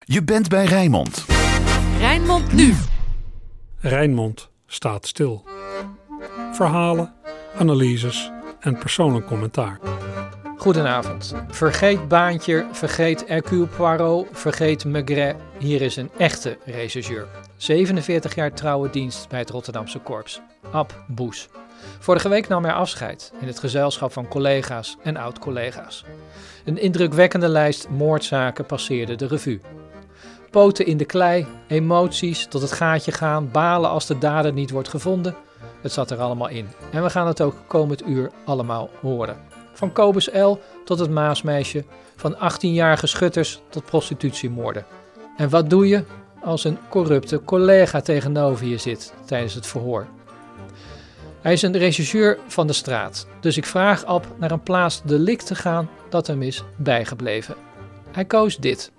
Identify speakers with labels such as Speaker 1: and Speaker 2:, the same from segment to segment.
Speaker 1: Je bent bij Rijnmond.
Speaker 2: Rijnmond nu.
Speaker 3: Rijnmond staat stil. Verhalen, analyses en persoonlijk commentaar.
Speaker 4: Goedenavond. Vergeet Baantje, vergeet Hercule Poirot, vergeet Maigret. Hier is een echte rechercheur. 47 jaar trouwe dienst bij het Rotterdamse Korps. Ab Boes. Vorige week nam hij afscheid in het gezelschap van collega's en oud-collega's. Een indrukwekkende lijst moordzaken passeerde de revue. Poten in de klei, emoties tot het gaatje gaan, balen als de dader niet wordt gevonden. Het zat er allemaal in. En we gaan het ook komend uur allemaal horen. Van Kobus L. tot het Maasmeisje, van 18-jarige schutters tot prostitutiemoorden. En wat doe je als een corrupte collega tegenover je zit tijdens het verhoor? Hij is een rechercheur van de straat, dus ik vraag Ab naar een plaats delict te gaan dat hem is bijgebleven. Hij koos dit.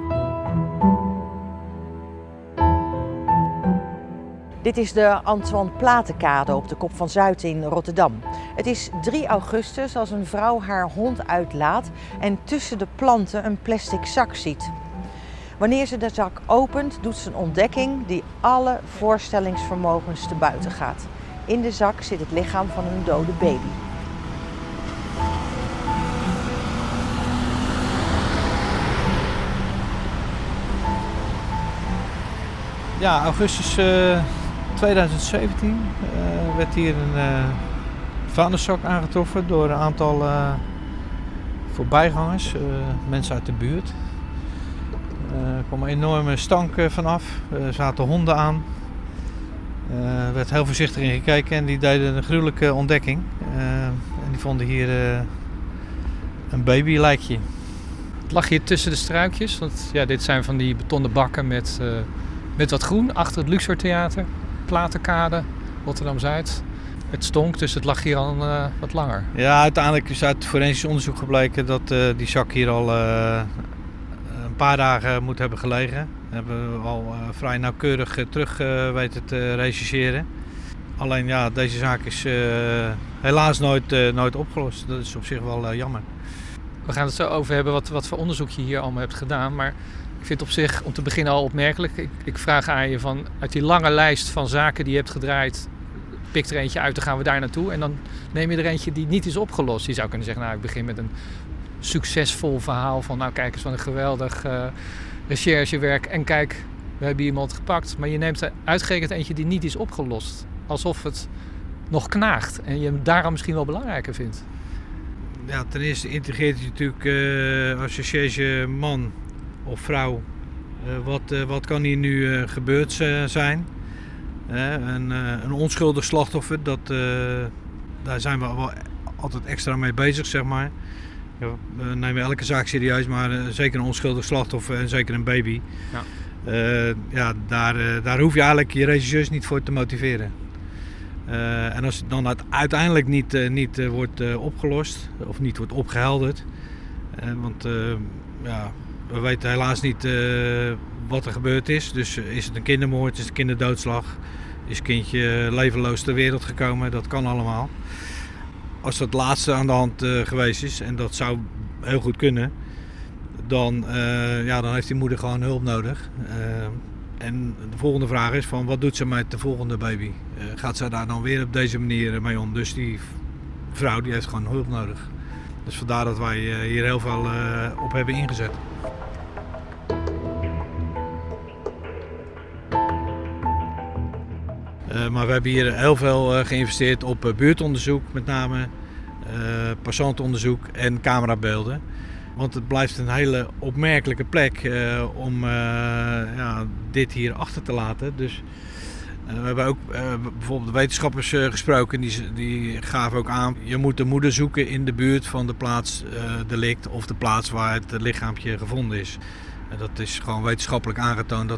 Speaker 5: Dit is de Antoine Platenkade op de Kop van Zuid in Rotterdam. Het is 3 augustus als een vrouw haar hond uitlaat en tussen de planten een plastic zak ziet. Wanneer ze de zak opent, doet ze een ontdekking die alle voorstellingsvermogens te buiten gaat. In de zak zit het lichaam van een dode baby.
Speaker 6: Ja, augustus 2017 werd hier een vuilniszak aangetroffen door een aantal voorbijgangers, mensen uit de buurt. Er kwam een enorme stank vanaf, er zaten honden aan. Er werd heel voorzichtig in gekeken en die deden een gruwelijke ontdekking. En die vonden hier een babylijkje.
Speaker 4: Het lag hier tussen de struikjes, want ja, dit zijn van die betonnen bakken met wat groen achter het Luxor Theater. Platenkade, Rotterdam-Zuid. Het stonk, dus het lag hier al wat langer.
Speaker 6: Ja, uiteindelijk is uit forensisch onderzoek gebleken dat die zak hier al een paar dagen moet hebben gelegen. Dat hebben we al vrij nauwkeurig terug weten te rechercheren. Alleen ja, deze zaak is helaas nooit opgelost. Dat is op zich wel jammer.
Speaker 4: We gaan het zo over hebben wat voor onderzoek je hier allemaal hebt gedaan. Maar ik vind het op zich om te beginnen al opmerkelijk. Ik vraag aan je van uit die lange lijst van zaken die je hebt gedraaid, pik er eentje uit, dan gaan we daar naartoe. En dan neem je er eentje die niet is opgelost. Je zou kunnen zeggen, nou ik begin met een succesvol verhaal van nou kijk eens wat een geweldig recherchewerk. En kijk, we hebben iemand gepakt. Maar je neemt er uitgerekend eentje die niet is opgelost. Alsof het nog knaagt en je hem daarom misschien wel belangrijker vindt.
Speaker 6: Ja, ten eerste integreert je natuurlijk als rechercheman of vrouw, wat kan hier nu gebeurd zijn? Een onschuldig slachtoffer, daar zijn we wel altijd extra mee bezig, zeg maar. Ja, we nemen elke zaak serieus, maar zeker een onschuldig slachtoffer en zeker een baby. Ja. Daar hoef je eigenlijk je rechercheurs niet voor te motiveren. En als het dan uiteindelijk niet wordt opgelost of niet wordt opgehelderd, want ja, we weten helaas niet wat er gebeurd is. Dus is het een kindermoord, is het een kinderdoodslag, is het kindje levenloos ter wereld gekomen, dat kan allemaal. Als dat laatste aan de hand geweest is, en dat zou heel goed kunnen, dan heeft die moeder gewoon hulp nodig. En de volgende vraag is van wat doet ze met de volgende baby? Gaat ze daar dan weer op deze manier mee om? Dus die vrouw die heeft gewoon hulp nodig. Dus vandaar dat wij hier heel veel op hebben ingezet. Maar we hebben hier heel veel geïnvesteerd op buurtonderzoek, met name passantonderzoek en camerabeelden. Want het blijft een hele opmerkelijke plek om dit hier achter te laten. Dus we hebben ook bijvoorbeeld de wetenschappers gesproken, die gaven ook aan, je moet de moeder zoeken in de buurt van de plaats delict of de plaats waar het lichaampje gevonden is. En dat is gewoon wetenschappelijk aangetoond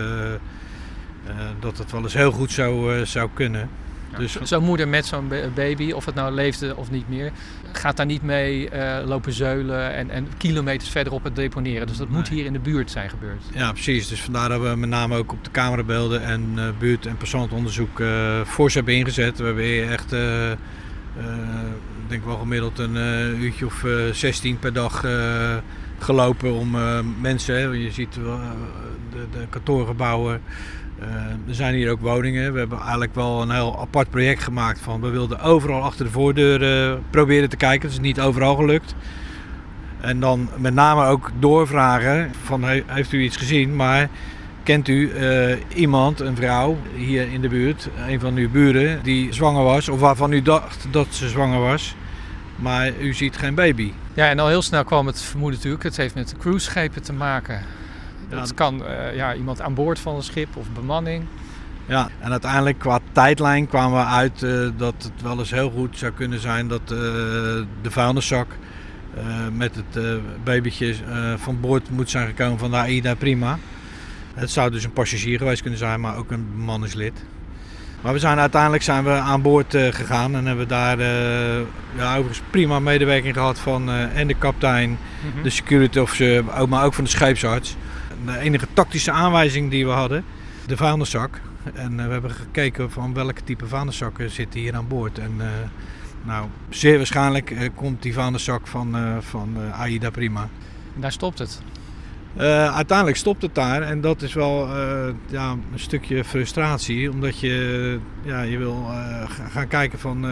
Speaker 6: dat het wel eens heel goed zou kunnen.
Speaker 4: Ja,
Speaker 6: dus
Speaker 4: zo'n moeder met zo'n baby, of het nou leefde of niet meer, gaat daar niet mee lopen zeulen en kilometers verderop het deponeren. Dus dat moet hier in de buurt zijn gebeurd.
Speaker 6: Ja, precies. Dus vandaar dat we met name ook op de camerabeelden en buurt- en passantonderzoek fors hebben ingezet. We hebben hier echt, denk wel gemiddeld een uurtje of 16 per dag gelopen om mensen. Hè. Je ziet de kantoorgebouwen. Er zijn hier ook woningen. We hebben eigenlijk wel een heel apart project gemaakt van. We wilden overal achter de voordeur proberen te kijken. Dat is niet overal gelukt. En dan met name ook doorvragen van heeft u iets gezien, maar kent u iemand, een vrouw hier in de buurt, een van uw buren die zwanger was of waarvan u dacht dat ze zwanger was, maar u ziet geen baby.
Speaker 4: Ja, en al heel snel kwam het vermoeden natuurlijk, het heeft met de cruiseschepen te maken. Het kan iemand aan boord van een schip of bemanning.
Speaker 6: Ja, en uiteindelijk qua tijdlijn kwamen we uit dat het wel eens heel goed zou kunnen zijn dat de vuilniszak met het babytje van boord moet zijn gekomen van de AIDA Prima. Het zou dus een passagier geweest kunnen zijn, maar ook een bemanningslid. Maar uiteindelijk zijn we aan boord gegaan en hebben daar overigens prima medewerking gehad van en de kapitein, de security officer, maar ook van de scheepsarts. De enige tactische aanwijzing die we hadden, de vuilniszak. En we hebben gekeken van welke type vuilniszakken zitten hier aan boord. En zeer waarschijnlijk komt die vuilniszak van AIDA Prima.
Speaker 4: En daar stopt het.
Speaker 6: Uiteindelijk stopt het daar en dat is wel een stukje frustratie. Omdat je wil gaan kijken van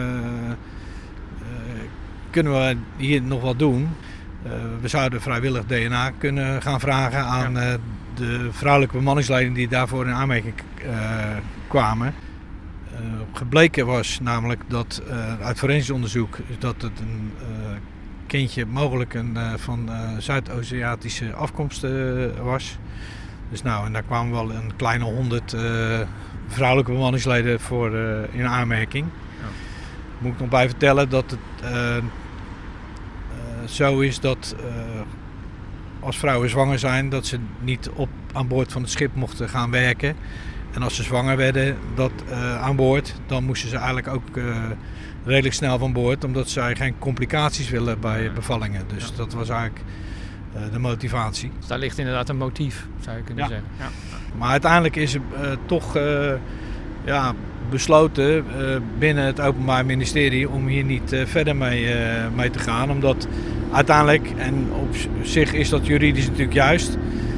Speaker 6: kunnen we hier nog wat doen. We zouden vrijwillig DNA kunnen gaan vragen aan de vrouwelijke bemanningsleden die daarvoor in aanmerking kwamen. Gebleken was namelijk dat uit forensisch onderzoek dat het een kindje mogelijk van Zuidoost-Aziatische afkomst was. Dus en daar kwamen wel een kleine 100 vrouwelijke bemanningsleden voor in aanmerking. Ja. Moet ik nog bij vertellen dat het zo is dat als vrouwen zwanger zijn dat ze niet aan boord van het schip mochten gaan werken. En als ze zwanger werden aan boord, dan moesten ze eigenlijk ook redelijk snel van boord, omdat zij geen complicaties willen bij bevallingen. Dus dat was eigenlijk de motivatie.
Speaker 4: Dus daar ligt inderdaad een motief, zou je kunnen zeggen. Ja.
Speaker 6: Maar uiteindelijk is er toch besloten binnen het Openbaar Ministerie om hier niet verder mee te gaan. Omdat uiteindelijk, en op zich is dat juridisch natuurlijk juist,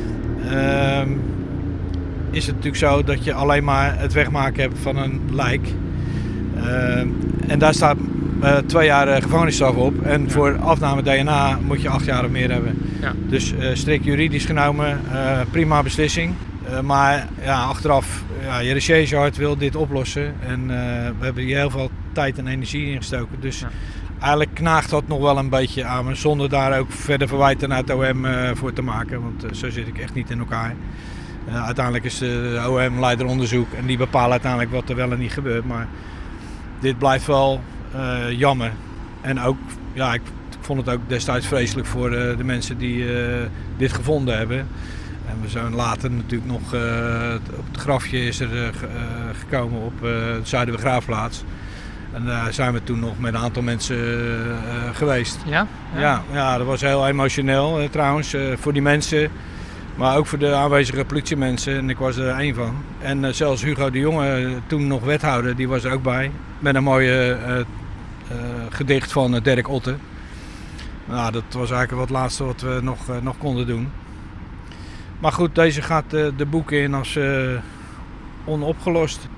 Speaker 6: is het natuurlijk zo dat je alleen maar het wegmaken hebt van een lijk. En daar staat 2 jaar gevangenisstraf op. En voor afname DNA moet je 8 jaar of meer hebben. Ja. Dus strikt juridisch genomen, prima beslissing. Maar achteraf, je recherchehart wil dit oplossen. En we hebben hier heel veel tijd en energie in gestoken. Dus eigenlijk knaagt dat nog wel een beetje aan me. Zonder daar ook verder verwijten naar het OM voor te maken. Want zo zit ik echt niet in elkaar. Uiteindelijk is de OM leider onderzoek. En die bepalen uiteindelijk wat er wel en niet gebeurt. Maar dit blijft wel jammer. En ook, ik vond het ook destijds vreselijk voor de mensen die dit gevonden hebben. En we zijn later natuurlijk nog op het grafje is er gekomen op de Zuiderbegraafplaats. En daar zijn we toen nog met een aantal mensen geweest.
Speaker 4: Ja?
Speaker 6: Ja, dat was heel emotioneel trouwens voor die mensen. Maar ook voor de aanwezige politiemensen. En ik was er één van. En zelfs Hugo de Jonge, toen nog wethouder, die was er ook bij. Met een mooie gedicht van Dirk Otte. Nou, dat was eigenlijk wat laatste wat we nog konden doen. Maar goed, deze gaat de boeken in als onopgelost.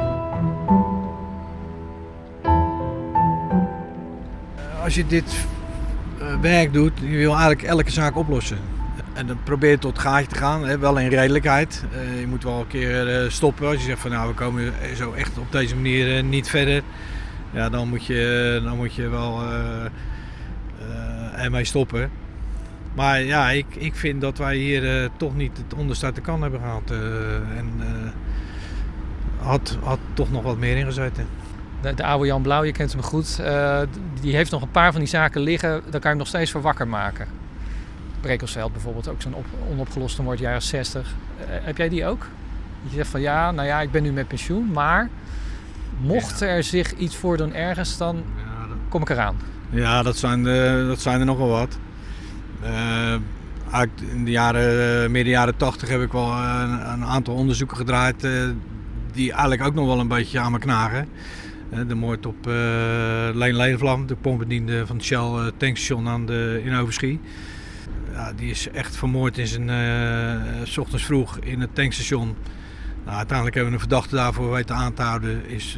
Speaker 6: Als je dit werk doet, je wil eigenlijk elke zaak oplossen. En dan probeer je tot het gaatje te gaan, wel in redelijkheid. Je moet wel een keer stoppen als je zegt van we komen zo echt op deze manier niet verder. Ja, dan moet je wel ermee stoppen. Maar ik vind dat wij hier toch niet het onderste uit de kan hebben gehaald. Had toch nog wat meer ingezeten.
Speaker 4: De oude Jan Blauw, je kent hem goed, die heeft nog een paar van die zaken liggen, daar kan je hem nog steeds voor wakker maken. Brekelsveld bijvoorbeeld, ook zo'n onopgeloste moord jaren 60. Heb jij die ook? Je zegt van ik ben nu met pensioen, maar mocht er zich iets voordoen ergens, dan kom ik eraan.
Speaker 6: Ja, dat zijn er nogal wat. In de midden jaren 80 heb ik wel een aantal onderzoeken gedraaid die eigenlijk ook nog wel een beetje aan me knagen. De moord op Leen Ledenvlam, de pompbediende van het Shell tankstation in Overschie. die is echt vermoord in zijn 's ochtends vroeg in het tankstation. Nou, uiteindelijk hebben we een verdachte daarvoor weten aan te houden. Is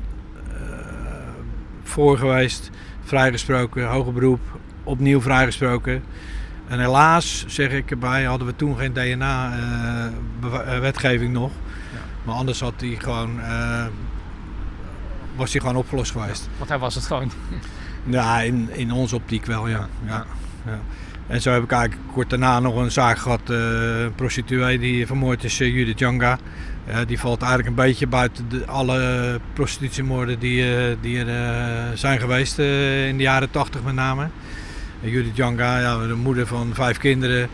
Speaker 6: voor geweest, vrijgesproken, hoger beroep, opnieuw vrijgesproken. En helaas, zeg ik erbij, hadden we toen geen DNA-wetgeving nog. Ja. Maar anders had hij gewoon, was hij gewoon opgelost geweest.
Speaker 4: Want hij was het gewoon.
Speaker 6: Ja, in onze optiek wel, ja. En zo heb ik eigenlijk kort daarna nog een zaak gehad, een prostituee die vermoord is, Judith Janga. Die valt eigenlijk een beetje buiten alle prostitutiemoorden die er zijn geweest in de jaren 80 met name. Judith Janga, de moeder van 5 kinderen,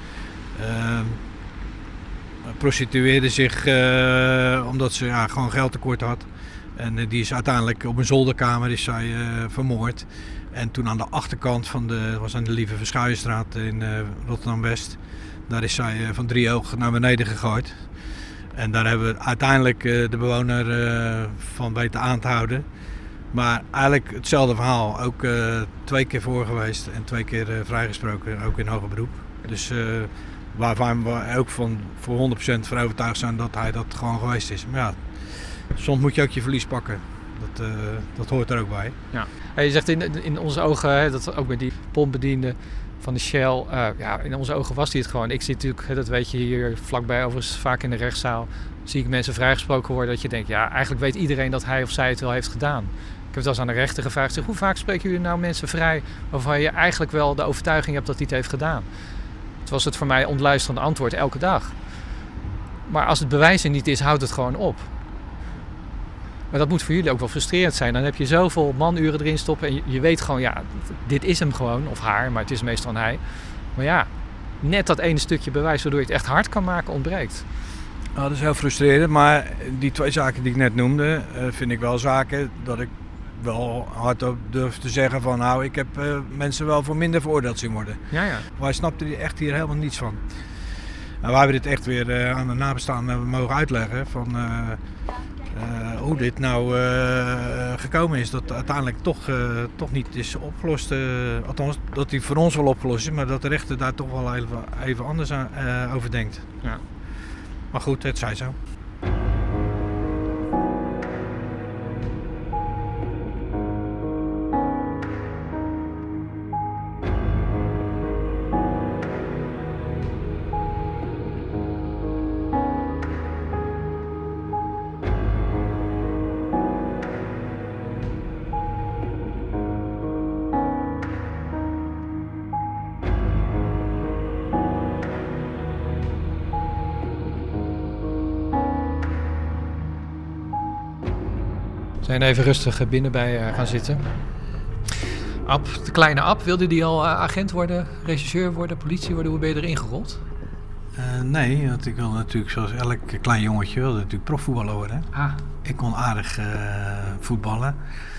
Speaker 6: prostitueerde zich omdat ze gewoon geldtekort had. En die is uiteindelijk op een zolderkamer vermoord. En toen aan de achterkant was aan de Lieve Verschuijenstraat in Rotterdam-West, daar is zij van Driehoog naar beneden gegooid. En daar hebben we uiteindelijk de bewoner van weten aan te houden. Maar eigenlijk hetzelfde verhaal, ook 2 keer voor geweest en 2 keer vrijgesproken, ook in hoger beroep. Dus waarvan we ook voor 100% van overtuigd zijn dat hij dat gewoon geweest is. Maar ja, soms moet je ook je verlies pakken. Dat hoort er ook bij.
Speaker 4: Ja. Je zegt in onze ogen, dat ook met die pompbediende van de Shell, in onze ogen was hij het gewoon. Ik zie natuurlijk, dat weet je hier vlakbij, overigens vaak in de rechtszaal, zie ik mensen vrijgesproken worden dat je denkt, eigenlijk weet iedereen dat hij of zij het wel heeft gedaan. Ik heb het wel eens aan de rechter gevraagd, hoe vaak spreken jullie nou mensen vrij waarvan je eigenlijk wel de overtuiging hebt dat hij het heeft gedaan? Het was het voor mij ontluisterende antwoord elke dag. Maar als het bewijs er niet is, houdt het gewoon op. Maar dat moet voor jullie ook wel frustrerend zijn. Dan heb je zoveel manuren erin stoppen en je weet gewoon, dit is hem gewoon, of haar, maar het is meestal een hij. Maar net dat ene stukje bewijs waardoor je het echt hard kan maken, ontbreekt.
Speaker 6: Nou, dat is heel frustrerend, maar die 2 zaken die ik net noemde, vind ik wel zaken dat ik wel hardop durf te zeggen van, ik heb mensen wel voor minder veroordeeld zien worden.
Speaker 4: Ja.
Speaker 6: Wij snapten echt hier helemaal niets van. En wij hebben dit echt weer aan de nabestaanden mogen uitleggen van hoe dit nou gekomen is. Dat uiteindelijk toch niet is opgelost. Althans, dat die voor ons wel opgelost is, maar dat de rechter daar toch wel even anders over denkt.
Speaker 4: Ja.
Speaker 6: Maar goed, het zij zo.
Speaker 4: We zijn even rustig binnen bij gaan zitten. Ab, de kleine Ab, wilde die al agent worden, regisseur worden, politie worden? Hoe ben je erin gerold?
Speaker 6: Nee, want ik wilde natuurlijk zoals elk klein jongetje wilde natuurlijk profvoetballer worden. Ik kon aardig voetballen.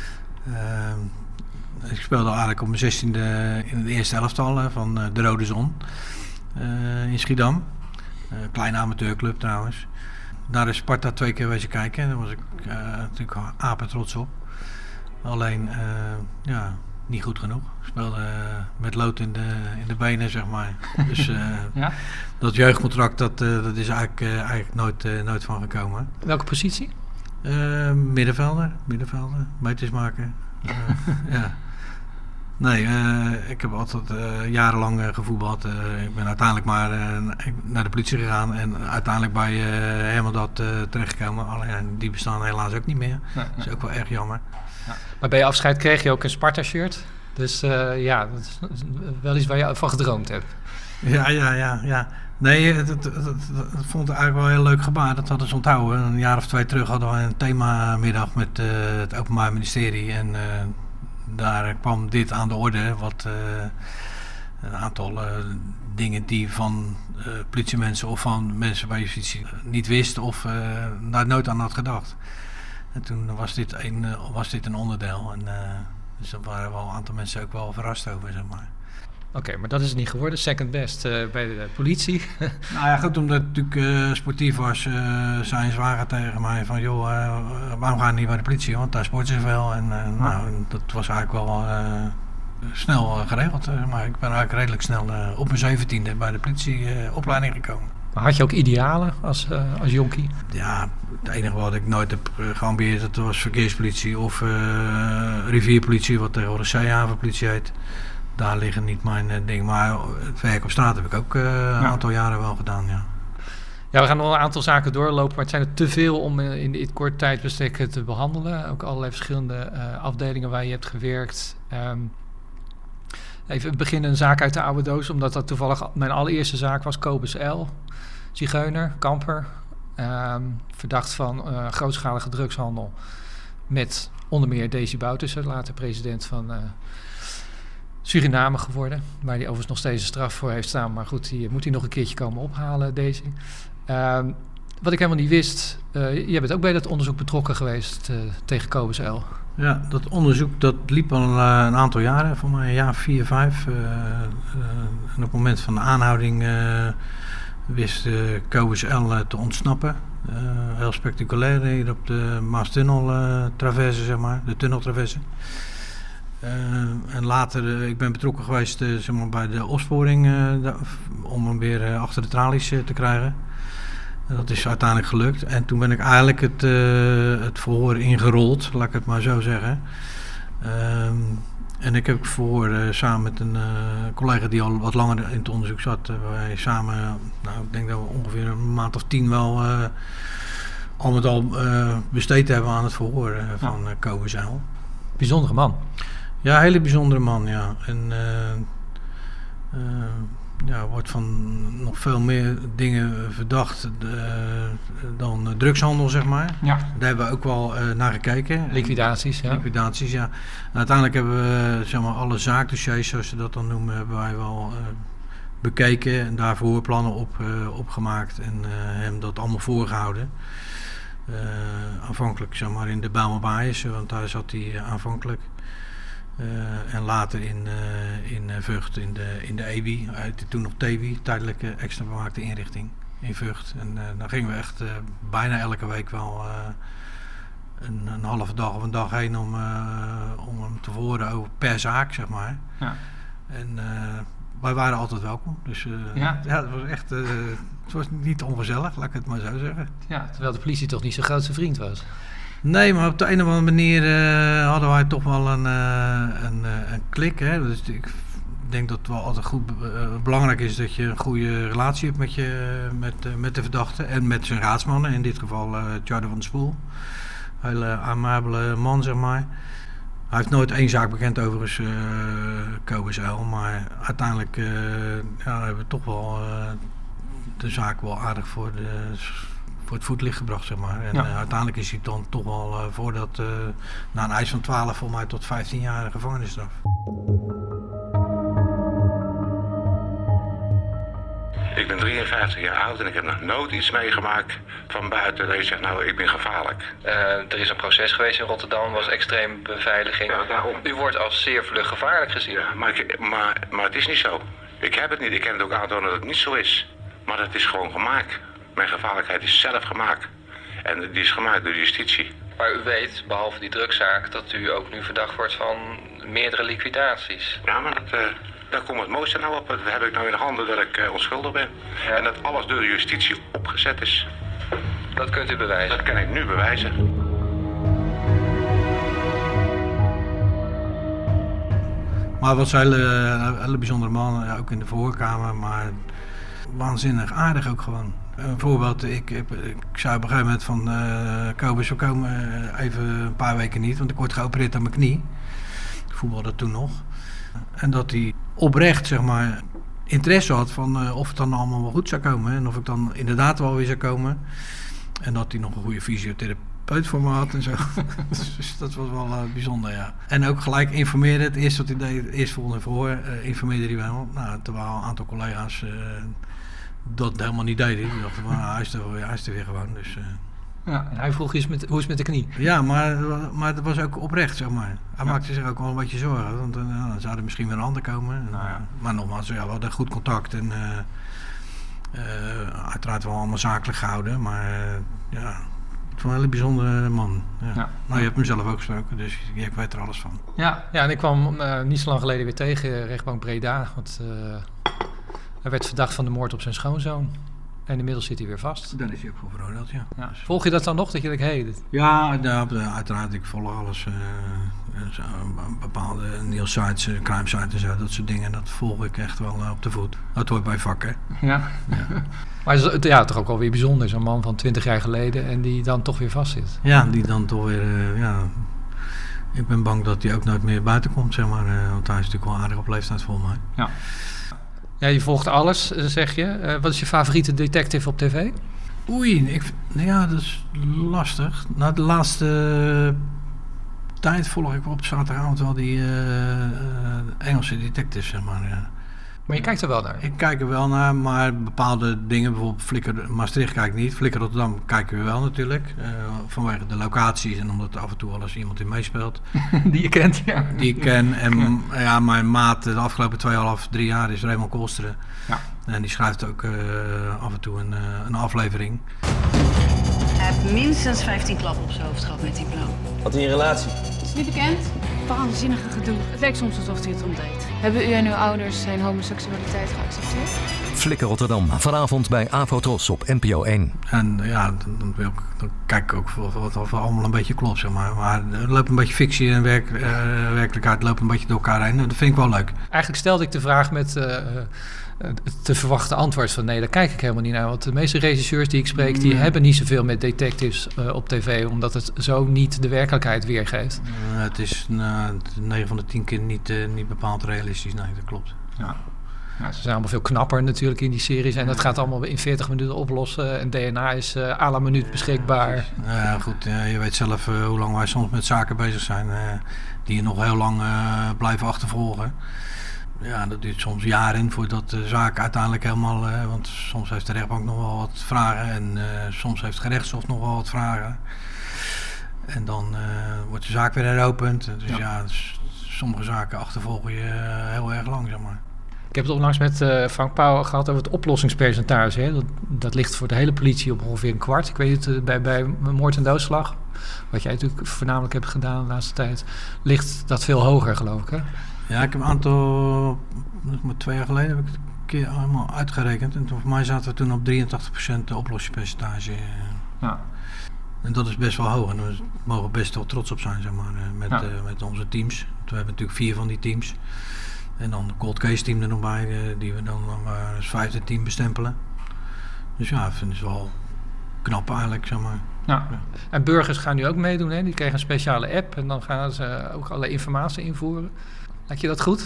Speaker 6: Ik speelde eigenlijk op mijn 16e in het eerste elftal van de Rode Zon in Schiedam. Kleine amateurclub trouwens. Daar is Sparta 2 keer wezen kijken. Daar was ik natuurlijk apen trots op. Alleen, niet goed genoeg. Ik speelde met lood in de benen, zeg maar. Dus dat jeugdcontract, dat is eigenlijk nooit van gekomen.
Speaker 4: Welke positie?
Speaker 6: Middenvelder. Meters maken. Ja. Nee, ik heb altijd jarenlang gevoetbald. Ik ben uiteindelijk maar naar de politie gegaan en uiteindelijk bij Hermandad terechtgekomen. Alleen die bestaan helaas ook niet meer. Nee. Dat is ook wel erg jammer.
Speaker 4: Ja. Maar bij je afscheid kreeg je ook een Sparta-shirt. Dus dat is wel iets waar je van gedroomd hebt.
Speaker 6: Ja. Nee, dat vond ik eigenlijk wel een heel leuk gebaar. Dat hadden ze onthouden. Een jaar of 2 terug hadden we een themamiddag met het Openbaar Ministerie. En daar kwam dit aan de orde. Wat een aantal dingen die van politiemensen of van mensen bij justitie niet wisten of daar nooit aan had gedacht. En toen was dit een onderdeel. En dus daar waren wel een aantal mensen ook wel verrast over, zeg maar.
Speaker 4: Oké, maar dat is het niet geworden. Second best bij de politie.
Speaker 6: Nou ja, goed, omdat het natuurlijk sportief was, zei een zwager tegen mij van, joh, waarom ga je niet bij de politie? Want daar sporten ze veel. En dat was eigenlijk wel snel geregeld. Maar ik ben eigenlijk redelijk snel op mijn 17e bij de politieopleiding gekomen.
Speaker 4: Maar had je ook idealen als jonkie?
Speaker 6: Ja, het enige wat ik nooit heb geambieerd, dat was verkeerspolitie of rivierpolitie, wat tegenwoordig zeehavenpolitie heet. Daar liggen niet mijn ding. Maar het werk op straat heb ik ook een aantal jaren wel gedaan, ja.
Speaker 4: Ja, we gaan nog een aantal zaken doorlopen, maar het zijn er te veel om in dit kort tijdbestek te behandelen. Ook allerlei verschillende afdelingen waar je hebt gewerkt. Even beginnen een zaak uit de oude doos, omdat dat toevallig mijn allereerste zaak was. Kobus L. Zigeuner, kamper. Verdacht van grootschalige drugshandel. Met onder meer Desi Bouterse, later president van Suriname geworden. Waar hij overigens nog steeds een straf voor heeft staan. Maar goed, die moet hij nog een keertje komen ophalen, Desi. Wat ik helemaal niet wist, jij bent ook bij dat onderzoek betrokken geweest tegen Kobus L.
Speaker 6: Ja, dat onderzoek dat liep al een aantal jaren, voor mij een jaar 4, 5. En op het moment van de aanhouding wist Kobus L te ontsnappen. Heel spectaculair hier op de Maastunnel-traverse, zeg maar, de tunneltraverse. En later, ik ben betrokken geweest zeg maar, bij de opsporing om hem weer achter de tralies te krijgen. Dat is uiteindelijk gelukt. En toen ben ik eigenlijk het verhoor ingerold, laat ik het maar zo zeggen. En ik heb het verhoor samen met een collega die al wat langer in het onderzoek zat. Wij samen, ik denk dat we ongeveer een maand of 10 wel al met al besteed hebben aan het verhoor van Kobus L.
Speaker 4: Bijzondere man.
Speaker 6: Ja, een hele bijzondere man, ja. En wordt van nog veel meer dingen verdacht dan drugshandel, zeg maar. Ja. Daar hebben we ook wel naar gekeken.
Speaker 4: Liquidaties, ja.
Speaker 6: Liquidaties, ja. En uiteindelijk hebben we zeg maar, alle zaakdossiers, zoals ze dat dan noemen, hebben wij wel bekeken en daar verhoorplannen opgemaakt en hem dat allemaal voorgehouden. Aanvankelijk zeg maar in de Bijlmerbaaiers, want daar zat hij aanvankelijk. En later in Vught, in de EWI, toen nog TEWI, tijdelijke extra bewaakte inrichting in Vught. En daar gingen we echt bijna elke week wel een halve dag of een dag heen om hem te verhoren over per zaak, zeg maar. Ja. En wij waren altijd welkom. Dus het was echt, het was niet ongezellig, laat ik het maar zo zeggen.
Speaker 4: Ja, terwijl de politie toch niet zijn grootste vriend was.
Speaker 6: Nee, maar op de een of andere manier hadden wij toch wel een klik. Hè? Dus ik denk dat het wel altijd goed belangrijk is dat je een goede relatie hebt met de verdachte en met zijn raadsmannen. In dit geval Tjarde van der Spoel. Een hele amabele man, zeg maar. Hij heeft nooit één zaak bekend overigens, Kobus L. Maar uiteindelijk hebben we toch wel de zaak wel aardig voor het voetlicht gebracht, zeg maar. En uiteindelijk is hij dan toch wel na een eis van 12 voor mij tot 15 jaar gevangenisstraf.
Speaker 1: Ik ben 53 jaar oud en ik heb nog nooit iets meegemaakt van buiten dat je zegt, nou, ik ben gevaarlijk.
Speaker 7: Er is een proces geweest in Rotterdam, was extreem beveiliging.
Speaker 1: Ja, daarom.
Speaker 7: U wordt als zeer vlug gevaarlijk gezien.
Speaker 1: Ja, maar het is niet zo. Ik heb het niet. Ik kan het ook aantonen dat het niet zo is. Maar het is gewoon gemaakt. Mijn gevaarlijkheid is zelf gemaakt. En die is gemaakt door de justitie.
Speaker 7: Maar u weet, behalve die drugszaak, dat u ook nu verdacht wordt van meerdere liquidaties.
Speaker 1: Ja, maar daar komt het mooiste nou op. Dat heb ik nou in de handen dat ik onschuldig ben. Ja. En dat alles door de justitie opgezet is.
Speaker 7: Dat kunt u bewijzen?
Speaker 1: Dat kan ik nu bewijzen.
Speaker 6: Maar wat een hele bijzondere man, ook in de voorkamer, maar waanzinnig aardig ook gewoon. Een voorbeeld, ik zei op een gegeven moment van Kobus, we komen even een paar weken niet, want ik word geopereerd aan mijn knie. Ik voetbalde toen nog. En dat hij oprecht, zeg maar, interesse had van of het dan allemaal wel goed zou komen. En of ik dan inderdaad wel weer zou komen. En dat hij nog een goede fysiotherapeut voor me had en zo. Dus dat was wel bijzonder, ja. En ook gelijk informeerde. Het eerste wat hij deed, het eerstvolgende verhoor, informeerde hij wel. Nou, terwijl een aantal collega's dat helemaal niet deden. Die dachten van, hij is er weer gewoon. Dus,
Speaker 4: ja, en hij vroeg hoe is het met de knie?
Speaker 6: Ja, maar dat was ook oprecht, zeg maar. Hij maakte zich ook wel een beetje zorgen. Want dan zou er misschien weer een ander komen. Nou, ja. Maar nogmaals, we hadden goed contact. En uiteraard wel allemaal zakelijk gehouden. Maar is een hele bijzondere man. Ja.
Speaker 4: Ja.
Speaker 6: Nou, je hebt hem zelf ook gesproken, dus ik weet er alles van.
Speaker 4: Ja, en ik kwam niet zo lang geleden weer tegen rechtbank Breda. Want hij werd verdacht van de moord op zijn schoonzoon. En inmiddels zit hij weer vast.
Speaker 6: Dan is hij ook voor veroordeeld, ja.
Speaker 4: Ja. Volg je dat dan nog? Dat je denkt,
Speaker 6: Ja, uiteraard. Ik volg alles. Bepaalde nieuwsites, crime sites en zo, dat soort dingen. Dat volg ik echt wel op de voet. Dat hoort bij vak, hè.
Speaker 4: Ja. Maar het is toch ook wel weer bijzonder. Zo'n man van 20 jaar geleden en die dan toch weer vast zit.
Speaker 6: Ja, die dan toch weer, ik ben bang dat hij ook nooit meer buiten komt, zeg maar. Want hij is natuurlijk wel aardig op leeftijd, volgens mij.
Speaker 4: Ja. Ja, je volgt alles, zeg je. Wat is je favoriete detective op tv?
Speaker 6: Oei, dat is lastig. Nou, de laatste tijd volg ik op zaterdagavond wel die Engelse detectives, zeg maar. Ja.
Speaker 4: Maar je kijkt er wel naar?
Speaker 6: Ik kijk er wel naar, maar bepaalde dingen, bijvoorbeeld Flikker Maastricht kijk ik niet. Flikker Rotterdam kijken we wel natuurlijk. Vanwege de locaties en omdat er af en toe wel eens iemand in meespeelt.
Speaker 4: Die je kent, ja.
Speaker 6: Die ik ken. En mijn maat de afgelopen 2,5-3 jaar is Raymond Koolsteren.
Speaker 4: Ja.
Speaker 6: En die schrijft ook af en toe een aflevering.
Speaker 8: Hij heeft minstens 15 klappen op zijn hoofd gehad met die blauw.
Speaker 9: Had hij een relatie?
Speaker 10: Is niet bekend? Waanzinnige gedoe. Het lijkt soms alsof hij het ontdeed. Hebben u en uw ouders zijn homoseksualiteit geaccepteerd?
Speaker 11: Flikker Rotterdam, vanavond bij Avotros op NPO 1.
Speaker 6: En dan kijk ik ook of allemaal een beetje klopt, zeg maar. Maar er loopt een beetje fictie en werkelijkheid loopt een beetje door elkaar heen. Dat vind ik wel leuk.
Speaker 4: Eigenlijk stelde ik de vraag met te verwachten antwoord van nee, daar kijk ik helemaal niet naar. Want de meeste regisseurs die ik spreek, die hebben niet zoveel met detectives op tv, omdat het zo niet de werkelijkheid weergeeft.
Speaker 6: Het is 9 van de 10 keer niet bepaald realistisch. Nee, dat klopt.
Speaker 4: Ja. Nou, ze zijn allemaal veel knapper natuurlijk in die series en dat gaat allemaal in 40 minuten oplossen. En DNA is à la minuut beschikbaar.
Speaker 6: Goed, je weet zelf hoe lang wij soms met zaken bezig zijn die je nog heel lang blijven achtervolgen. Ja, dat duurt soms jaren voordat de zaak uiteindelijk helemaal... want soms heeft de rechtbank nog wel wat vragen en soms heeft het gerechtshof nog wel wat vragen. En dan wordt de zaak weer heropend. Dus sommige zaken achtervolgen je heel erg lang, zeg maar.
Speaker 4: Ik heb het onlangs met Frank Pauw gehad over het oplossingspercentage. Hè? Dat ligt voor de hele politie op ongeveer 1/4. Ik weet het, bij moord en doodslag, wat jij natuurlijk voornamelijk hebt gedaan de laatste tijd, ligt dat veel hoger, geloof ik, hè?
Speaker 6: Ja, ik heb een aantal, 2 jaar geleden heb ik het een keer allemaal uitgerekend. En voor mij zaten we toen op 83% oplossingspercentage.
Speaker 4: Ja.
Speaker 6: En dat is best wel hoog. En daar mogen we best wel trots op zijn, zeg maar, met onze teams. Want we hebben natuurlijk 4 van die teams. En dan de cold case team er nog bij, die we dan als 5e team bestempelen. Dus ja, ik vind het wel knap eigenlijk, zeg maar.
Speaker 4: Ja. En burgers gaan nu ook meedoen, hè? Die krijgen een speciale app en dan gaan ze ook alle informatie invoeren. Lijkt je dat goed?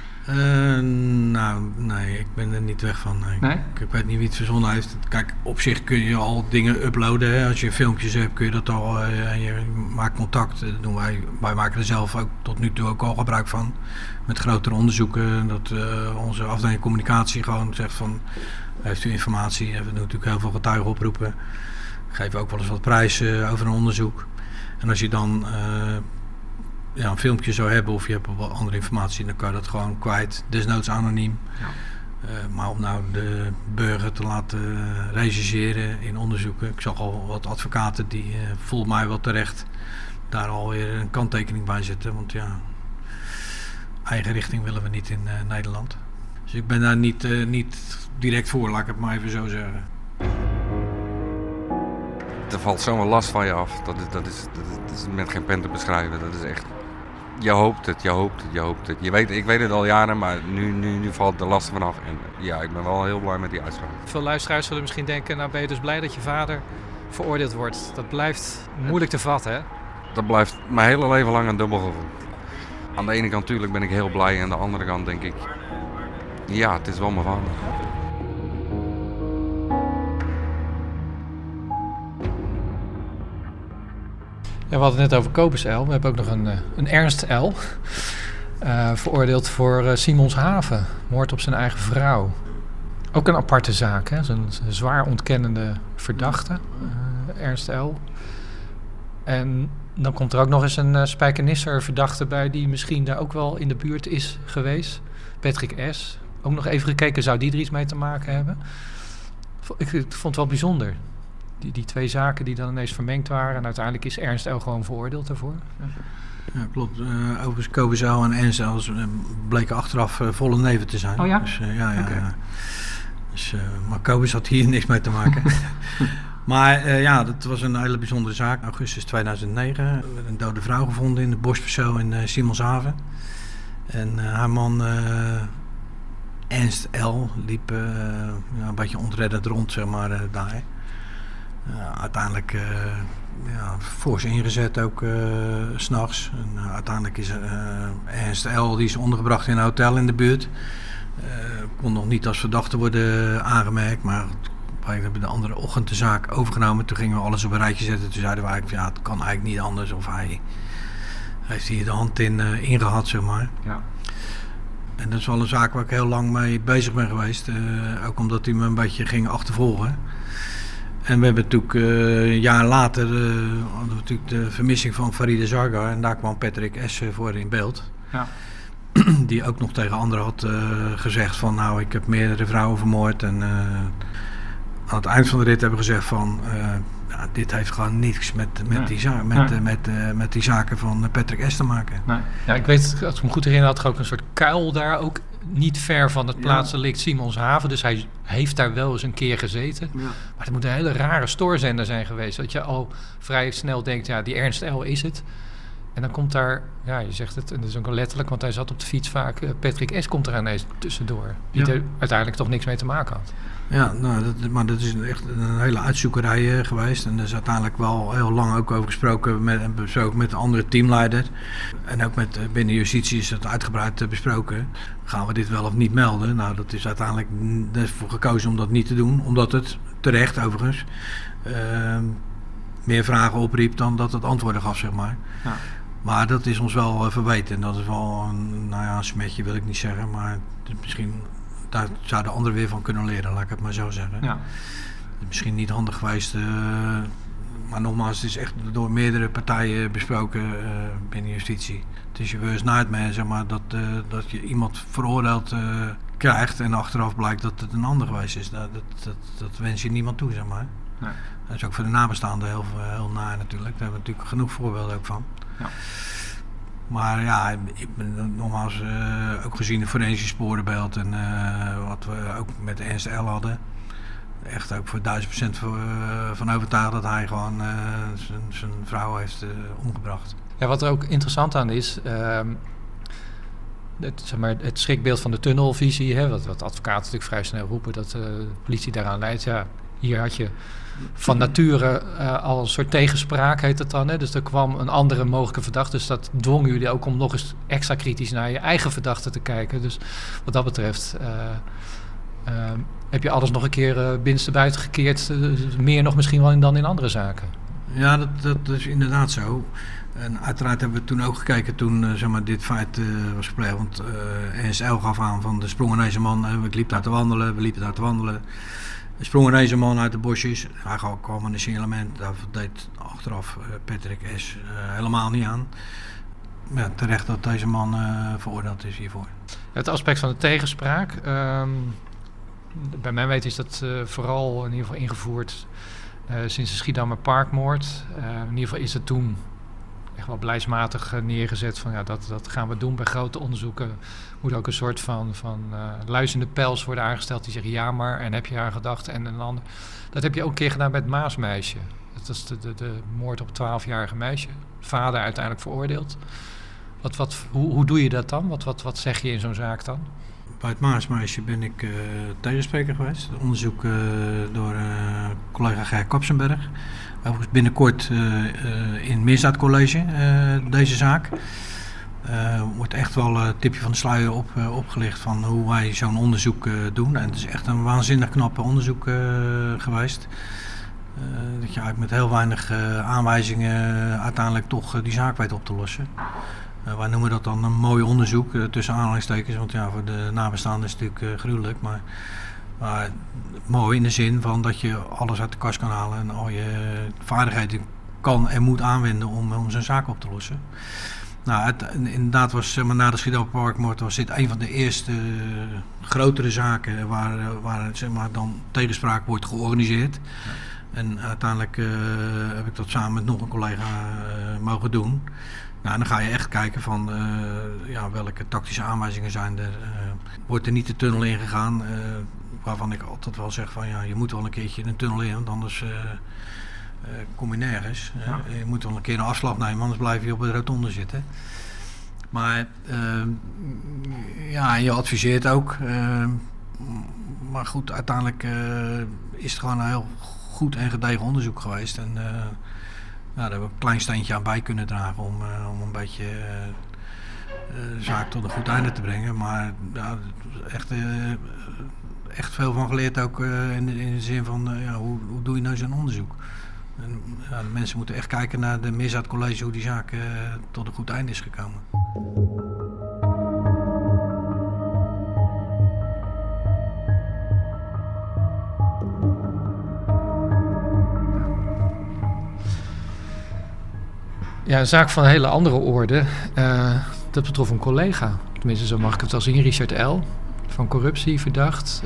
Speaker 6: Nee, ik ben er niet weg van. Nee? Ik weet niet wie het verzonnen heeft. Kijk, op zich kun je al dingen uploaden. Hè? Als je filmpjes hebt, kun je dat al. En je maakt contact. Dat doen wij. Wij maken er zelf ook tot nu toe ook al gebruik van. Met grotere onderzoeken. Dat onze afdeling communicatie gewoon zegt van... Heeft u informatie? We doen natuurlijk heel veel getuigen oproepen. Geven ook wel eens wat prijs over een onderzoek. En als je dan... een filmpje zou hebben of je hebt wat andere informatie, dan kan je dat gewoon kwijt, desnoods anoniem. Ja. Maar om nou de burger te laten rechercheren in onderzoeken, ik zag al wat advocaten die volgens mij wel terecht daar alweer een kanttekening bij zetten, want ja, eigen richting willen we niet in Nederland. Dus ik ben daar niet direct voor, laat ik het maar even zo zeggen.
Speaker 12: Er valt zo'n last van je af, dat is met geen pen te beschrijven, dat is echt... Je hoopt het. Ik weet het al jaren, maar nu valt de last vanaf. En ja, ik ben wel heel blij met die uitspraak.
Speaker 4: Veel luisteraars zullen misschien denken, nou ben je dus blij dat je vader veroordeeld wordt. Dat blijft moeilijk te vatten, hè?
Speaker 12: Dat blijft mijn hele leven lang een dubbel gevoel. Aan de ene kant natuurlijk ben ik heel blij en aan de andere kant denk ik... Ja, het is wel mijn vader.
Speaker 4: Ja, we hadden het net over Kobus L. We hebben ook nog een Ernst L. Veroordeeld voor Simonshaven. Moord op zijn eigen vrouw. Ook een aparte zaak, hè? Zo'n zwaar ontkennende verdachte. Ernst L. En dan komt er ook nog eens een Spijkenisser verdachte bij... die misschien daar ook wel in de buurt is geweest. Patrick S. Ook nog even gekeken, zou die er iets mee te maken hebben? Ik vond het wel bijzonder. die twee zaken die dan ineens vermengd waren. En uiteindelijk is Ernst L. gewoon veroordeeld daarvoor.
Speaker 6: Ja, klopt. Overigens Kobus L. en Ernst L. bleken achteraf volle neven te zijn.
Speaker 4: Oh ja?
Speaker 6: Dus, ja.
Speaker 4: Okay.
Speaker 6: Dus, maar Kobus had hier niks mee te maken. Maar dat was een hele bijzondere zaak. Augustus 2009 werd een dode vrouw gevonden in de bosperceel in Simonshaven. En haar man Ernst L. liep een beetje ontreddend rond, zeg maar, daar. Uiteindelijk voor ze ingezet ook 's nachts. Uiteindelijk is Ernst L. die is ondergebracht in een hotel in de buurt. Kon nog niet als verdachte worden aangemerkt, maar wij hebben de andere ochtend de zaak overgenomen. Toen gingen we alles op een rijtje zetten. Toen zeiden we eigenlijk, het kan eigenlijk niet anders. Of hij heeft hier de hand in gehad, zeg maar. Ja. En dat is wel een zaak waar ik heel lang mee bezig ben geweest. Ook omdat hij me een beetje ging achtervolgen. En we hebben natuurlijk een jaar later hadden we natuurlijk de vermissing van Farida Zargar. En daar kwam Patrick S. voor in beeld. Ja. Die ook nog tegen anderen had gezegd van, nou, ik heb meerdere vrouwen vermoord. En aan het eind van de rit hebben we gezegd van, dit heeft gewoon niets met die zaken van Patrick S. te maken.
Speaker 4: Nee. Ja, ik weet, als ik me goed herinner, had er ook een soort kuil daar, ook niet ver van het plaatsdelict Simonshaven. Dus hij heeft daar wel eens een keer gezeten. Ja. Maar het moet een hele rare stoorzender zijn geweest. Dat je al vrij snel denkt, die Ernst L. is het. En dan komt daar, je zegt het, en dat is ook wel letterlijk, want hij zat op de fiets vaak. Patrick S. komt er ineens tussendoor. Die er uiteindelijk toch niks mee te maken had.
Speaker 6: Ja, maar dat is echt een hele uitzoekerij geweest. En er is uiteindelijk wel heel lang ook over gesproken met de andere teamleider. En ook binnen justitie is het uitgebreid besproken. Gaan we dit wel of niet melden? Nou, dat is uiteindelijk voor gekozen om dat niet te doen. Omdat het terecht overigens meer vragen opriep dan dat het antwoorden gaf, zeg maar. Ja. Maar dat is ons wel verweten. En dat is wel een smetje, wil ik niet zeggen. Maar misschien, daar zouden anderen weer van kunnen leren, laat ik het maar zo zeggen. Ja. Misschien niet handig geweest. Maar nogmaals, het is echt door meerdere partijen besproken binnen justitie. Het is je worst nightmare, zeg maar, dat je iemand veroordeeld krijgt en achteraf blijkt dat het een ander geweest is. Dat wens je niemand toe, zeg maar. Nee. Dat is ook voor de nabestaanden heel naar natuurlijk. Daar hebben we natuurlijk genoeg voorbeelden ook van. Ja. Maar ik ben nogmaals ook gezien de forensische sporenbeeld en wat we ook met de Ernst L. hadden. Echt ook voor 1000% van overtuigd dat hij gewoon zijn vrouw heeft omgebracht.
Speaker 4: Ja, wat er ook interessant aan is, het schrikbeeld van de tunnelvisie, wat advocaten natuurlijk vrij snel roepen, dat de politie daaraan leidt. Ja, hier had je van nature al een soort tegenspraak, heet het dan. Hè? Dus er kwam een andere mogelijke verdachte. Dus dat dwong jullie ook om nog eens extra kritisch naar je eigen verdachte te kijken. Dus wat dat betreft heb je alles nog een keer binnenstebuiten gekeerd. Meer nog misschien wel dan in andere zaken.
Speaker 6: Ja, dat is inderdaad zo. En uiteraard hebben we toen ook gekeken toen dit feit was gepleegd. Want Ernst L. gaf aan van de sprong ineens een man. We liepen daar te wandelen. Er sprong ineens een man uit de bosjes. Hij kwam een signalement. Daar deed achteraf Patrick S. Helemaal niet aan. Ja, terecht dat deze man veroordeeld is hiervoor.
Speaker 4: Het aspect van de tegenspraak. Bij mijn weten is dat vooral in ieder geval ingevoerd sinds de Schiedammer Parkmoord. In ieder geval is het toen echt wel beleidsmatig neergezet van dat gaan we doen bij grote onderzoeken. Moet ook een soort van luizende pels worden aangesteld die zeggen ja maar en heb je aan gedacht en een ander. Dat heb je ook een keer gedaan met het Maasmeisje. Dat is de moord op 12-jarige meisje. Vader uiteindelijk veroordeeld. Hoe doe je dat dan? Wat zeg je in zo'n zaak dan?
Speaker 6: Bij het Maasmeisje ben ik tegenspreker geweest. Onderzoek door collega Ger Kapsenberg. Overigens binnenkort in Misdaadcollege deze zaak. Wordt echt wel een tipje van de sluier opgelicht van hoe wij zo'n onderzoek doen. En het is echt een waanzinnig knappe onderzoek geweest. Dat je eigenlijk met heel weinig aanwijzingen uiteindelijk toch die zaak weet op te lossen. Wij noemen dat dan een mooi onderzoek tussen aanhalingstekens. Want voor de nabestaanden is het natuurlijk gruwelijk. Maar mooi in de zin van dat je alles uit de kast kan halen en al je vaardigheden kan en moet aanwenden om zo'n zaak op te lossen. Nou, inderdaad was na de Schiedammer Parkmoord was dit een van de eerste grotere zaken waar dan tegenspraak wordt georganiseerd. Ja. En uiteindelijk heb ik dat samen met nog een collega mogen doen. Nou, en dan ga je echt kijken van welke tactische aanwijzingen zijn er. Wordt er niet de tunnel ingegaan, waarvan ik altijd wel zeg van je moet wel een keertje in een tunnel in, want anders kom je nergens. Je moet wel een keer een afslag nemen, anders blijf je op de rotonde zitten. Maar je adviseert ook. Maar goed, uiteindelijk is het gewoon een heel goed en gedegen onderzoek geweest. En daar hebben we een klein steentje aan bij kunnen dragen om een beetje de zaak tot een goed einde te brengen. Maar echt veel van geleerd ook in de zin van hoe doe je nou zo'n onderzoek? En, de mensen moeten echt kijken naar de misdaadcollege, hoe die zaak tot een goed einde is gekomen.
Speaker 4: Ja, een zaak van een hele andere orde. Dat betrof een collega. Tenminste, zo mag ik het wel zien. Richard L. van corruptie verdacht.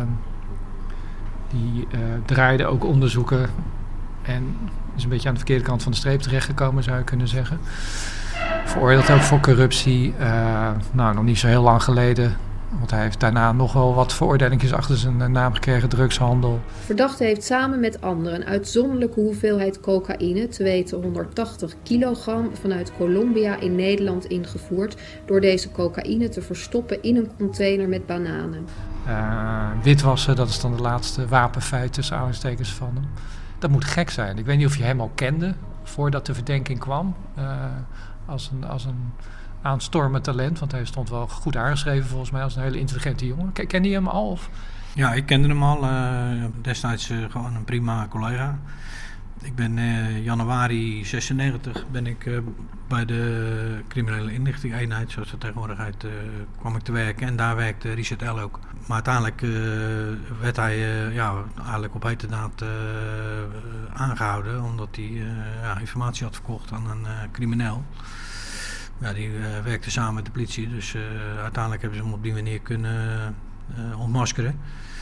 Speaker 4: Die draaide ook onderzoeken en is een beetje aan de verkeerde kant van de streep terechtgekomen, zou je kunnen zeggen. Veroordeeld ook voor corruptie. Nog niet zo heel lang geleden. Want hij heeft daarna nog wel wat veroordelingjes achter zijn naam gekregen, drugshandel.
Speaker 9: Verdachte heeft samen met anderen een uitzonderlijke hoeveelheid cocaïne, te weten 180 kilogram, vanuit Colombia in Nederland ingevoerd, door deze cocaïne te verstoppen in een container met bananen.
Speaker 4: Witwassen, dat is dan de laatste wapenfeit tussen aanhalingstekens van hem. Dat moet gek zijn. Ik weet niet of je hem al kende voordat de verdenking kwam. Als een aanstormend talent, want hij stond wel goed aangeschreven volgens mij als een hele intelligente jongen. Kende je hem al? Of?
Speaker 6: Ja, ik kende hem al. Destijds gewoon een prima collega. Ik ben januari 96 ben ik bij de criminele inlichting-eenheid, zoals het tegenwoordig heet, kwam ik te werken. En daar werkte Richard L. ook. Maar uiteindelijk werd hij eigenlijk op heterdaad aangehouden, omdat hij informatie had verkocht aan een crimineel. Ja, die werkte samen met de politie, dus uiteindelijk hebben ze hem op die manier kunnen ontmaskeren.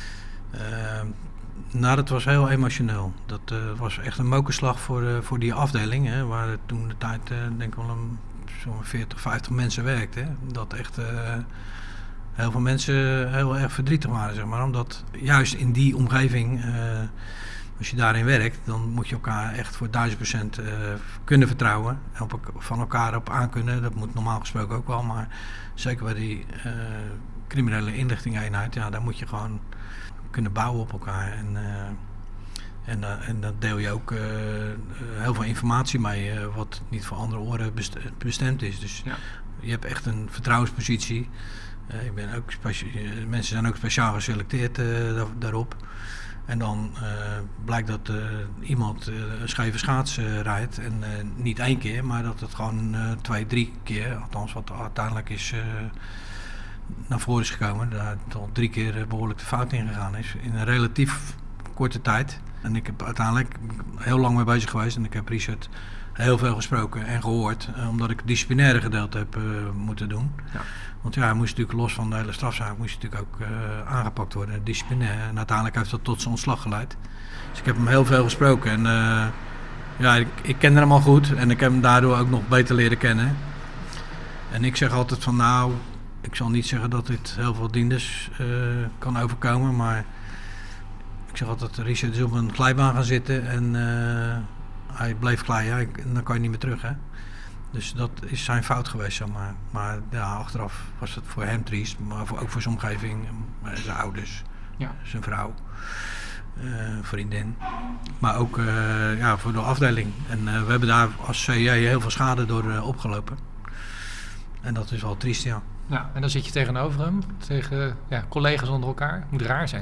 Speaker 6: Dat was heel emotioneel. Dat was echt een mokerslag voor die afdeling, hè, waar toen de tijd denk ik wel zo'n 40, 50 mensen werkten. Dat echt heel veel mensen heel erg verdrietig waren, zeg maar. Omdat juist in die omgeving, als je daarin werkt, dan moet je elkaar echt voor 1000% kunnen vertrouwen. En van elkaar op aankunnen. Dat moet normaal gesproken ook wel, maar zeker bij die criminele inlichting-eenheid, daar moet je gewoon kunnen bouwen op elkaar. En dat deel je ook heel veel informatie mee, wat niet voor andere oren bestemd is. Dus je hebt echt een vertrouwenspositie. Mensen zijn ook speciaal geselecteerd daarop. En dan blijkt dat iemand een scheve schaats rijdt. En niet 1 keer, maar dat het gewoon 2, 3 keer, althans wat uiteindelijk is naar voren is gekomen. Dat het al 3 keer behoorlijk de fout ingegaan is. In een relatief korte tijd. En ik heb uiteindelijk heel lang mee bezig geweest. En ik heb Richard heel veel gesproken en gehoord. Omdat ik het disciplinaire gedeelte heb moeten doen. Ja. Want hij moest natuurlijk los van de hele strafzaak moest natuurlijk ook aangepakt worden, disciplinair. En uiteindelijk heeft dat tot zijn ontslag geleid. Dus ik heb hem heel veel gesproken. En ik kende hem al goed. En ik heb hem daardoor ook nog beter leren kennen. En ik zeg altijd van ik zal niet zeggen dat dit heel veel dienders kan overkomen. Maar ik zeg altijd, Richard is op een glijbaan gaan zitten. En hij bleef glijden. En dan kan je niet meer terug, hè. Dus dat is zijn fout geweest, zeg maar. Maar achteraf was het voor hem triest, maar ook voor zijn omgeving, zijn ouders, zijn vrouw, vriendin. Maar ook voor de afdeling. En we hebben daar als CJ heel veel schade door opgelopen. En dat is wel triest, ja.
Speaker 4: Ja, en dan zit je tegenover hem, tegen collega's onder elkaar. Moet raar zijn.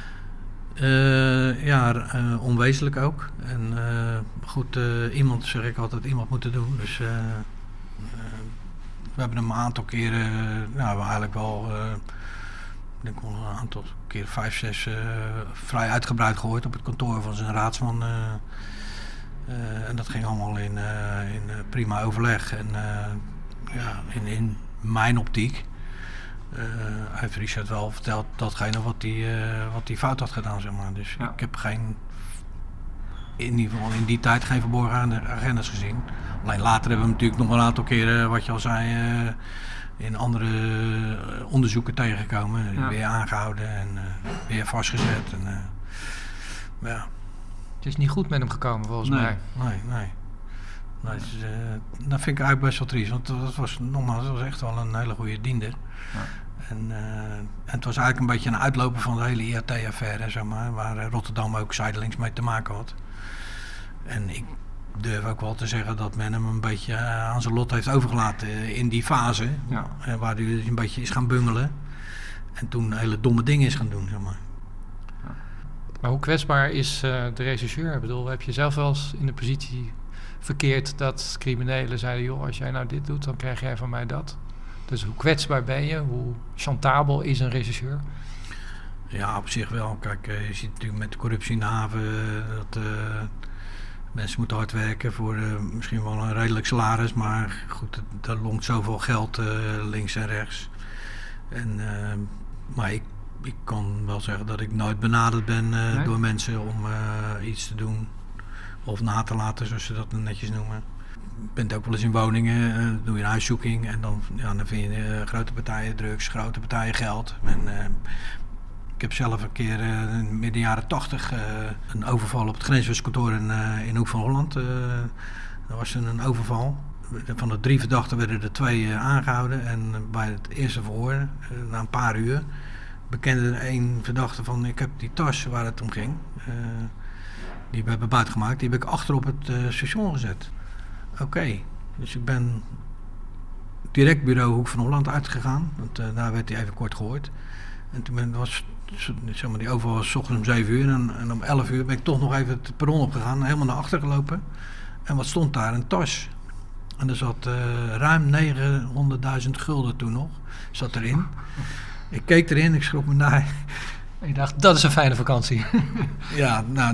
Speaker 6: Onwezenlijk ook. En goed, iemand, zeg ik altijd, iemand moet het doen. Dus we hebben hem een aantal keren, eigenlijk wel, ik denk wel een aantal keer 5, 6 vrij uitgebreid gehoord op het kantoor van zijn raadsman. En dat ging allemaal in prima overleg. En in mijn optiek heeft Richard wel verteld datgene wat hij fout had gedaan, zeg maar. Dus ik heb geen in ieder geval in die tijd geen verborgen agendas gezien. Alleen later hebben we natuurlijk nog een aantal keren, wat je al zei, in andere onderzoeken tegengekomen. Ja. Weer aangehouden en weer vastgezet. Ja.
Speaker 4: Het is niet goed met hem gekomen volgens mij.
Speaker 6: Nee. Dat vind ik eigenlijk best wel triest, want dat was echt wel een hele goede diender. Ja. En het was eigenlijk een beetje een uitloper van de hele IAT-affaire, zeg maar, waar Rotterdam ook zijdelings mee te maken had. En ik durf ook wel te zeggen dat men hem een beetje aan zijn lot heeft overgelaten in die fase, waar hij dus een beetje is gaan bungelen en toen hele domme dingen is gaan doen, zeg maar.
Speaker 4: Maar hoe kwetsbaar is de rechercheur? Ik bedoel, heb je zelf wel eens in de positie verkeerd dat criminelen zeiden, joh, als jij nou dit doet, dan krijg jij van mij dat. Dus hoe kwetsbaar ben je? Hoe chantabel is een rechercheur?
Speaker 6: Ja, op zich wel. Kijk, je ziet natuurlijk met de corruptie in de haven dat mensen moeten hard werken voor misschien wel een redelijk salaris, maar goed, er lonkt zoveel geld links en rechts. Maar ik kan wel zeggen dat ik nooit benaderd ben door mensen om iets te doen of na te laten, zoals ze dat netjes noemen. Je bent ook wel eens in woningen, doe je een huiszoeking en dan vind je grote partijen drugs, grote partijen geld. Ik heb zelf een keer midden de jaren 80 een overval op het grenswestkantoor in Hoek van Holland. Dat was een overval. Van de 3 verdachten werden er 2 aangehouden en bij het eerste verhoor, na een paar uur, bekende een verdachte van ik heb die tas waar het om ging, die we hebben buitengemaakt, die heb ik achter op het station gezet. Oké, dus ik ben direct bureau Hoek van Holland uitgegaan, want daar werd hij even kort gehoord. En toen was zeg maar, die overval was 's ochtends om 7 uur en om 11 uur ben ik toch nog even het perron opgegaan, helemaal naar achter gelopen. En wat stond daar? Een tas. En er zat ruim 900.000 gulden toen nog, zat erin. Ik keek erin, ik schrok me naar.
Speaker 4: Ik dacht, dat is een fijne vakantie.
Speaker 6: Ja, nou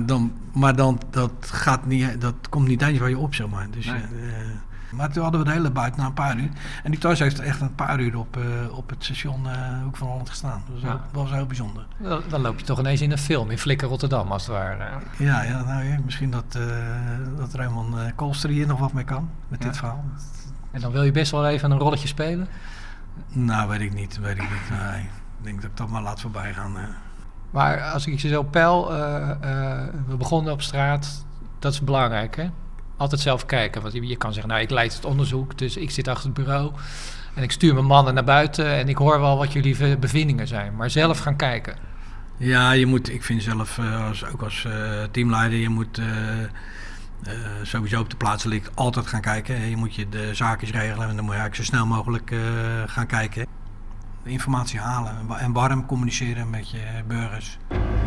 Speaker 6: dat komt niet eens waar je op, zeg maar. Dus, nee. Maar toen hadden we de hele buiten na een paar uur. En die tas heeft echt een paar uur op het station Hoek van Holland gestaan. Dat was heel bijzonder.
Speaker 4: Dan loop je toch ineens in een film, in Flikker Rotterdam, als het ware.
Speaker 6: Ja, misschien dat Raymond Koolster hier nog wat mee kan, met dit verhaal.
Speaker 4: En dan wil je best wel even een rolletje spelen?
Speaker 6: Nou, weet ik niet. Nee, ik denk dat ik dat maar laat voorbij gaan.
Speaker 4: Maar als ik je zo peil, we begonnen op straat, dat is belangrijk, hè? Altijd zelf kijken, want je kan zeggen, nou, ik leid het onderzoek, dus ik zit achter het bureau en ik stuur mijn mannen naar buiten en ik hoor wel wat jullie bevindingen zijn, maar zelf gaan kijken.
Speaker 6: Ja, ik vind zelf, ook als teamleider, je moet sowieso op de plaats ligt altijd gaan kijken. Je moet je de zaakjes regelen en dan moet je eigenlijk zo snel mogelijk gaan kijken. Informatie halen en warm communiceren met je burgers.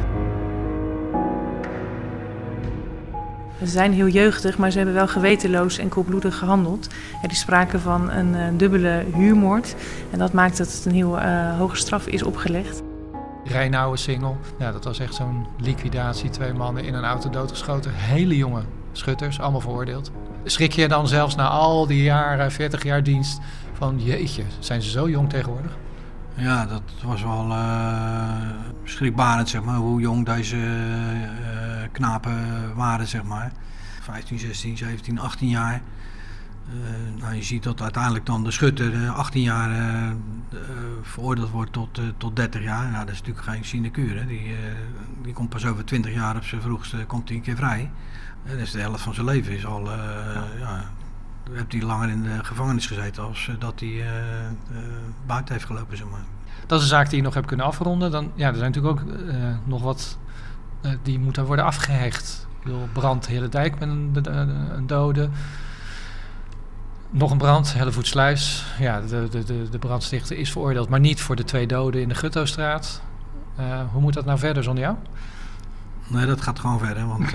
Speaker 13: Ze zijn heel jeugdig, maar ze hebben wel gewetenloos en koelbloedig gehandeld. Er is sprake van een dubbele huurmoord. En dat maakt dat het een heel hoge straf is opgelegd.
Speaker 4: Rijnauwe single, ja, dat was echt zo'n liquidatie. 2 mannen in een auto doodgeschoten. Hele jonge schutters, allemaal veroordeeld. Schrik je dan zelfs na al die jaren, 40 jaar dienst, van jeetje, zijn ze zo jong tegenwoordig?
Speaker 6: Ja, dat was wel schrikbarend, zeg maar, hoe jong deze knapen waren, zeg maar. 15, 16, 17, 18 jaar. Je ziet dat uiteindelijk dan de schutter 18 jaar veroordeeld wordt tot 30 jaar. Nou, dat is natuurlijk geen sinecure. Die komt pas over 20 jaar op zijn vroegste komt hij een keer vrij. Dus de helft van zijn leven is al... heeft hij langer in de gevangenis gezeten als dat hij buiten heeft gelopen, zeg maar.
Speaker 4: Dat is een zaak die je nog hebt kunnen afronden. Dan, er zijn natuurlijk ook nog wat die moeten worden afgehecht. Ik bedoel, brand hele dijk met een dode. Nog een brand, Hellevoetsluis. Ja, de brandstichter is veroordeeld, maar niet voor de 2 doden in de Guttostraat. Hoe moet dat nou verder zonder jou?
Speaker 6: Nee, dat gaat gewoon verder, want...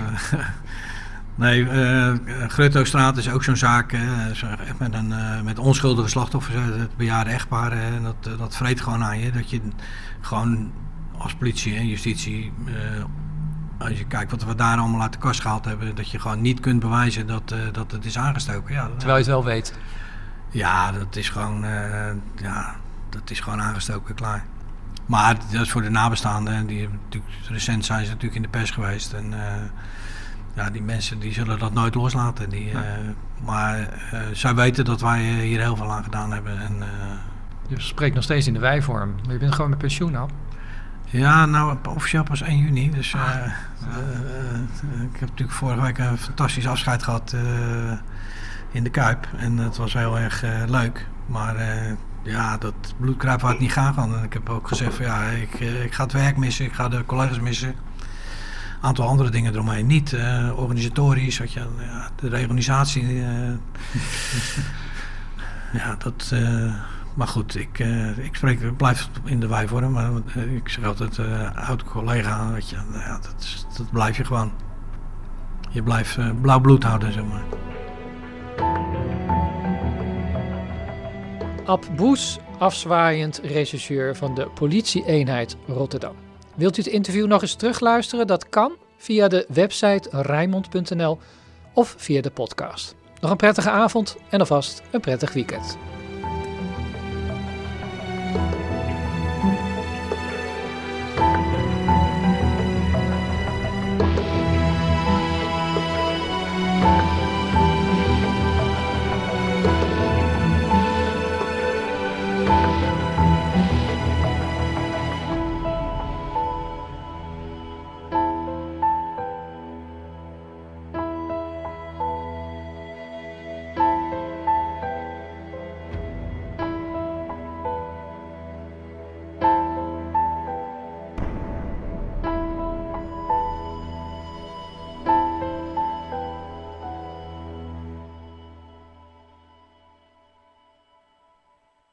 Speaker 6: Gruttostraat is ook zo'n zaak met onschuldige slachtoffers, het bejaarde echtpaar. Dat vreet gewoon aan je. Dat je gewoon als politie en justitie, als je kijkt wat we daar allemaal uit de kast gehaald hebben, dat je gewoon niet kunt bewijzen dat het is aangestoken. Ja,
Speaker 4: terwijl je het wel weet.
Speaker 6: Ja, dat is gewoon aangestoken, klaar. Maar dat is voor de nabestaanden, die natuurlijk, recent zijn ze natuurlijk in de pers geweest. die mensen die zullen dat nooit loslaten. Maar zij weten dat wij hier heel veel aan gedaan hebben. En,
Speaker 4: je spreekt nog steeds in de wij-vorm, maar je bent gewoon met pensioen al.
Speaker 6: Ja, nou officieel pas 1 juni. Dus ik heb natuurlijk vorige week een fantastisch afscheid gehad in de Kuip. En het was heel erg leuk. Maar dat bloedkruipvaart niet gaan. En ik heb ook gezegd van ik ga het werk missen, ik ga de collega's missen. Een aantal andere dingen eromheen niet. Organisatorisch, de reorganisatie. Maar goed, ik blijf in de wij-vorm. Maar ik zeg altijd, oud collega, dat blijf je gewoon. Je blijft blauw bloed houden, zeg maar.
Speaker 4: Ab Boes, afzwaaiend rechercheur van de politie-eenheid Rotterdam. Wilt u het interview nog eens terugluisteren? Dat kan via de website rijnmond.nl of via de podcast. Nog een prettige avond en alvast een prettig weekend.